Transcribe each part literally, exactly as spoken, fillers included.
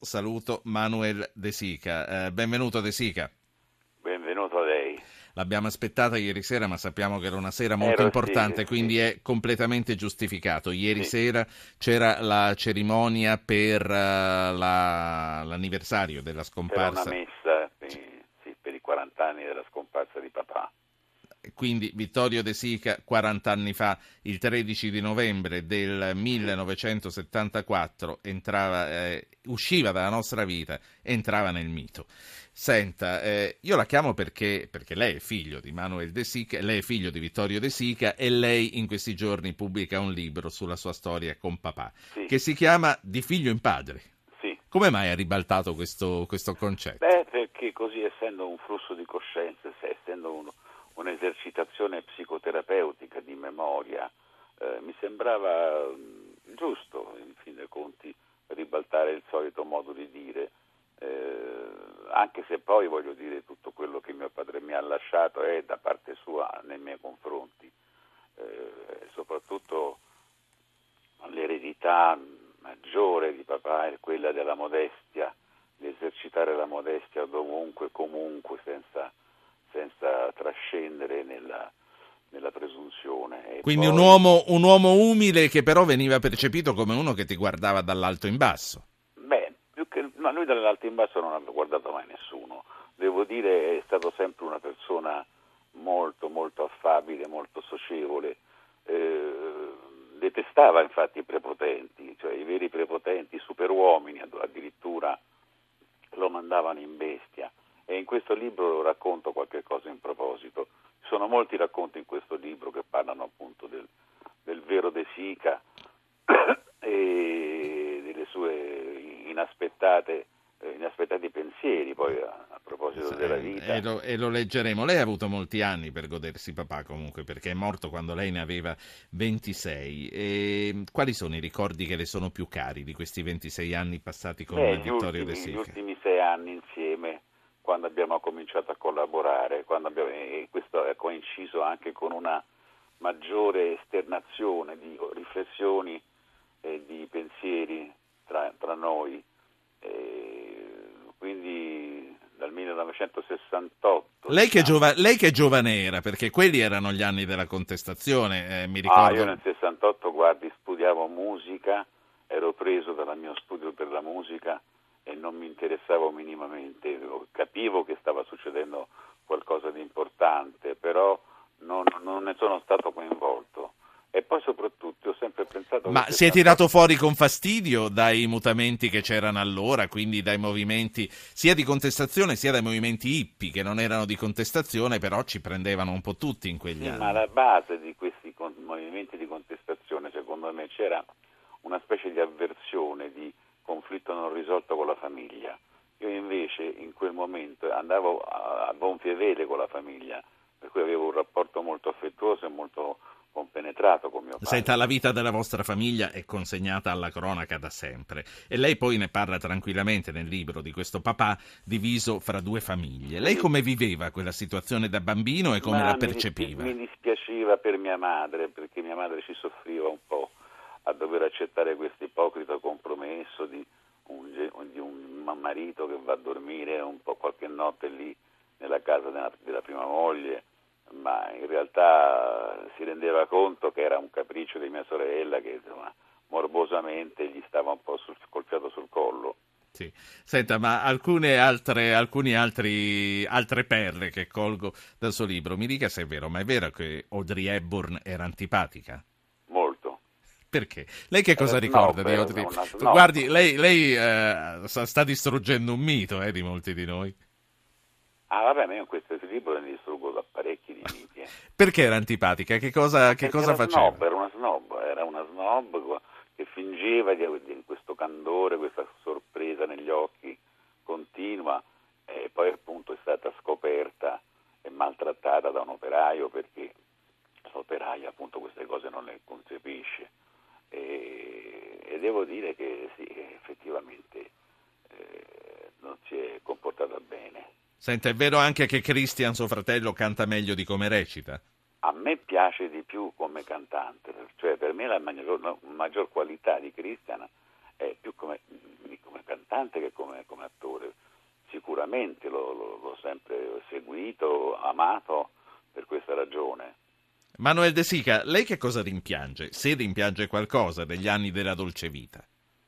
Saluto Manuel De Sica. Eh, benvenuto De Sica. Benvenuto a lei. L'abbiamo aspettata ieri sera, ma sappiamo che era una sera molto Ero, importante, sì, quindi sì, è completamente giustificato. Ieri sì, sera c'era la cerimonia per uh, la, l'anniversario della c'era una scomparsa. messa eh, sì, per i quaranta anni della scomparsa di papà. Quindi Vittorio De Sica, quaranta anni fa, il tredici di novembre del Sì, millenovecentosettantaquattro, entrava, eh, usciva dalla nostra vita, entrava nel mito. Senta, eh, io la chiamo perché, perché lei è figlio di Manuel De Sica, lei è figlio di Vittorio De Sica e lei in questi giorni pubblica un libro sulla sua storia con papà, sì, che si chiama Di figlio in padre. sì. Come mai ha ribaltato questo, questo concetto? Beh, perché così, essendo un flusso di coscienza, se- essendo un- un'esercitazione psicoterapeutica di memoria, eh, mi sembrava mh, giusto, in fin dei conti, ribaltare il solito modo di dire, eh, anche se poi, voglio dire, tutto quello che mio padre mi ha lasciato è da parte sua nei miei confronti, eh, soprattutto l'eredità maggiore di papà è quella della modestia, di esercitare la modestia dovunque, comunque, senza, senza trascendere nella, nella presunzione. E Quindi un poi, uomo, un uomo umile che però veniva percepito come uno che ti guardava dall'alto in basso. beh, più che, ma lui dall'alto in basso non ha guardato mai nessuno. Devo dire, è stato sempre una persona molto, molto affabile, molto socievole. Eh, detestava infatti i prepotenti, cioè i veri prepotenti, i superuomini addirittura lo mandavano in bestia, e in questo libro racconto qualche cosa in proposito. Ci sono molti racconti in questo libro che parlano appunto del, del vero De Sica e delle sue inaspettate, eh, inaspettati pensieri poi a, a proposito della E, e vita. lo, e lo leggeremo. Lei ha avuto molti anni per godersi papà comunque, perché è morto quando lei ne aveva ventisei. E quali sono i ricordi che le sono più cari di questi ventisei anni passati con Beh, gli Vittorio De ultimi, gli Sica? ultimi sei anni insieme, quando abbiamo cominciato a collaborare, quando abbiamo, e questo è coinciso anche con una maggiore esternazione di riflessioni e di pensieri tra, tra noi. E quindi dal millenovecentosessantotto, Lei che, diciamo. giova- lei che giovane era? Perché quelli erano gli anni della contestazione, eh, mi Ah, io ricordo. nel sessantotto, guardi, studiavo musica, ero preso dal mio studio per la musica e non mi interessavo minimamente, capivo che stava succedendo qualcosa di importante, però non, non ne sono stato coinvolto. E poi soprattutto ho sempre pensato che Ma il si è tirato sessantotto... fuori con fastidio dai mutamenti che c'erano allora, quindi dai movimenti sia di contestazione sia dai movimenti hippie, che non erano di contestazione, però ci prendevano un po' tutti in quegli Sì, ma anni. alla base di questi con- movimenti di contestazione, secondo me, c'era una specie di avversione, di conflitto non risolto con la famiglia. Io invece in quel momento andavo a, a gonfie vele con la famiglia, per cui avevo un rapporto molto affettuoso e molto compenetrato con mio Senta, la padre. vita della vostra famiglia è consegnata alla cronaca da sempre e lei poi ne parla tranquillamente nel libro di questo papà diviso fra due famiglie. Lei Sì, come viveva quella situazione da bambino e come la ma mi, dispi- percepiva? mi dispiaceva per mia madre, perché mia madre ci soffriva un po' a dover accettare questo ipocrita compromesso di un, ge- di un ma- marito che va a dormire un po' qualche notte lì nella casa della, della prima moglie, ma in realtà si rendeva conto che era un capriccio di mia sorella che, insomma, morbosamente gli stava un po' sul, col fiato sul collo. Sì. Senta, ma alcune altre, alcuni altri, altre perle che colgo dal suo libro, mi dica se è vero, ma è vero che Audrey Hepburn era antipatica? Molto. Perché? Lei che cosa Era ricorda snob, di era Audrey? una Guardi, snob. lei, lei eh, sta, sta distruggendo un mito eh, di molti di noi. Ah, vabbè, ma io in questo libro ne distruggo da parecchi di miti. eh. Perché era antipatica? Che cosa, Ma che perché cosa era faceva? snob, era una snob, era una snob che fingeva di avere questo candore, questa sorpresa negli occhi continua, e poi appunto è stata scoperta e maltrattata da un operaio, perché l'operaio appunto queste cose non le concepisce. E, e devo dire che sì, effettivamente eh, non si è comportata bene. Senta, è vero anche che Christian, suo fratello, canta meglio di come recita? A me piace di più come cantante, cioè per me la maggior, la maggior qualità di Christian è più come, di come cantante. importante che come, come attore. Sicuramente l'ho, l'ho, l'ho sempre seguito, amato per questa ragione. Manuel De Sica, lei che cosa rimpiange? Se rimpiange qualcosa degli anni della dolce vita?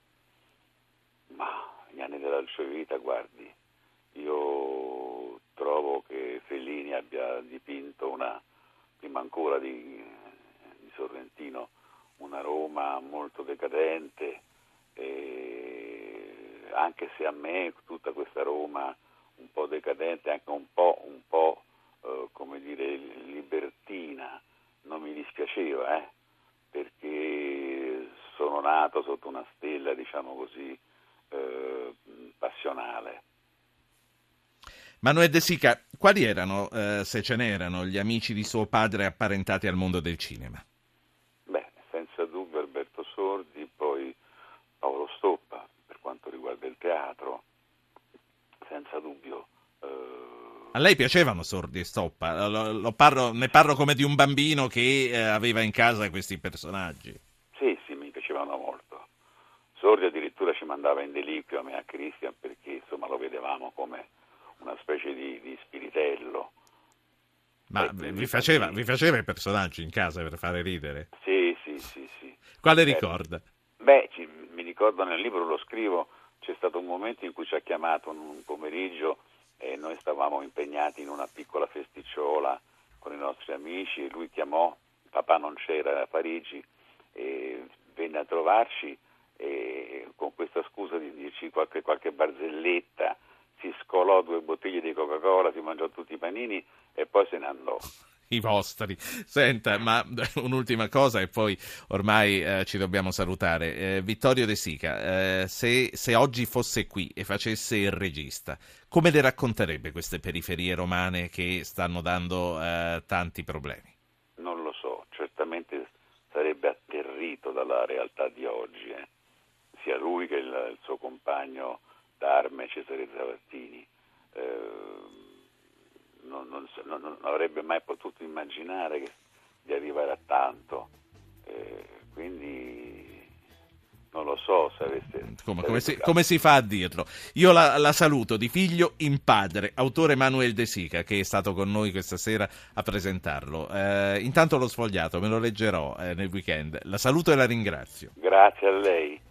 Ma gli anni della dolce vita, guardi, io trovo che Fellini abbia dipinto una, prima ancora di, di Sorrentino, una Roma molto decadente, e anche se a me tutta questa Roma un po' decadente, anche un po', un po' eh, come dire, libertina, non mi dispiaceva, eh, perché sono nato sotto una stella, diciamo così, eh, passionale. Manuel De Sica, quali erano, eh, se ce n'erano, gli amici di suo padre apparentati al mondo del cinema? Beh, senza dubbio Alberto Sordi, poi Paolo Stoppa, per quanto riguarda il teatro, senza dubbio. Eh, A lei piacevano Sordi e Stoppa? Lo, lo parlo, ne parlo come di un bambino che eh, aveva in casa questi personaggi. Sì, sì, mi piacevano molto. Sordi addirittura ci mandava in deliquio a me e a Christian perché insomma lo vedevamo come una specie di, di spiritello. Ma vi faceva, vi faceva i personaggi in casa per fare ridere? Sì, sì, sì, sì. Quale Beh, ricorda? Beh, ci, mi ricordo nel libro, lo scrivo, c'è stato un momento in cui ci ha chiamato un pomeriggio e noi stavamo impegnati in una piccola festicciola con i nostri amici e lui chiamò, papà non c'era, era a Parigi, e venne a trovarci e con questa scusa di dirci qualche, qualche barzelletta si scolò due bottiglie di Coca-Cola, si mangiò tutti i panini e poi se ne andò. I vostri. Senta, ma un'ultima cosa e poi ormai eh, ci dobbiamo salutare. Eh, Vittorio De Sica, eh, se, se oggi fosse qui e facesse il regista, come le racconterebbe queste periferie romane che stanno dando eh, tanti problemi? Non lo so, certamente sarebbe atterrito dalla realtà di oggi, eh. Sia lui che il, il suo compagno d'arme Cesare Zavattini. Eh, Non, non, non, non avrebbe mai potuto immaginare che, di arrivare a tanto, eh, quindi non lo so se avesse... Come, se come, avesse si, come si fa a dirlo? Io la, la saluto di figlio in padre, autore Manuel De Sica, che è stato con noi questa sera a presentarlo. Eh, intanto l'ho sfogliato, me lo leggerò eh, nel weekend. La saluto e la ringrazio. Grazie a lei.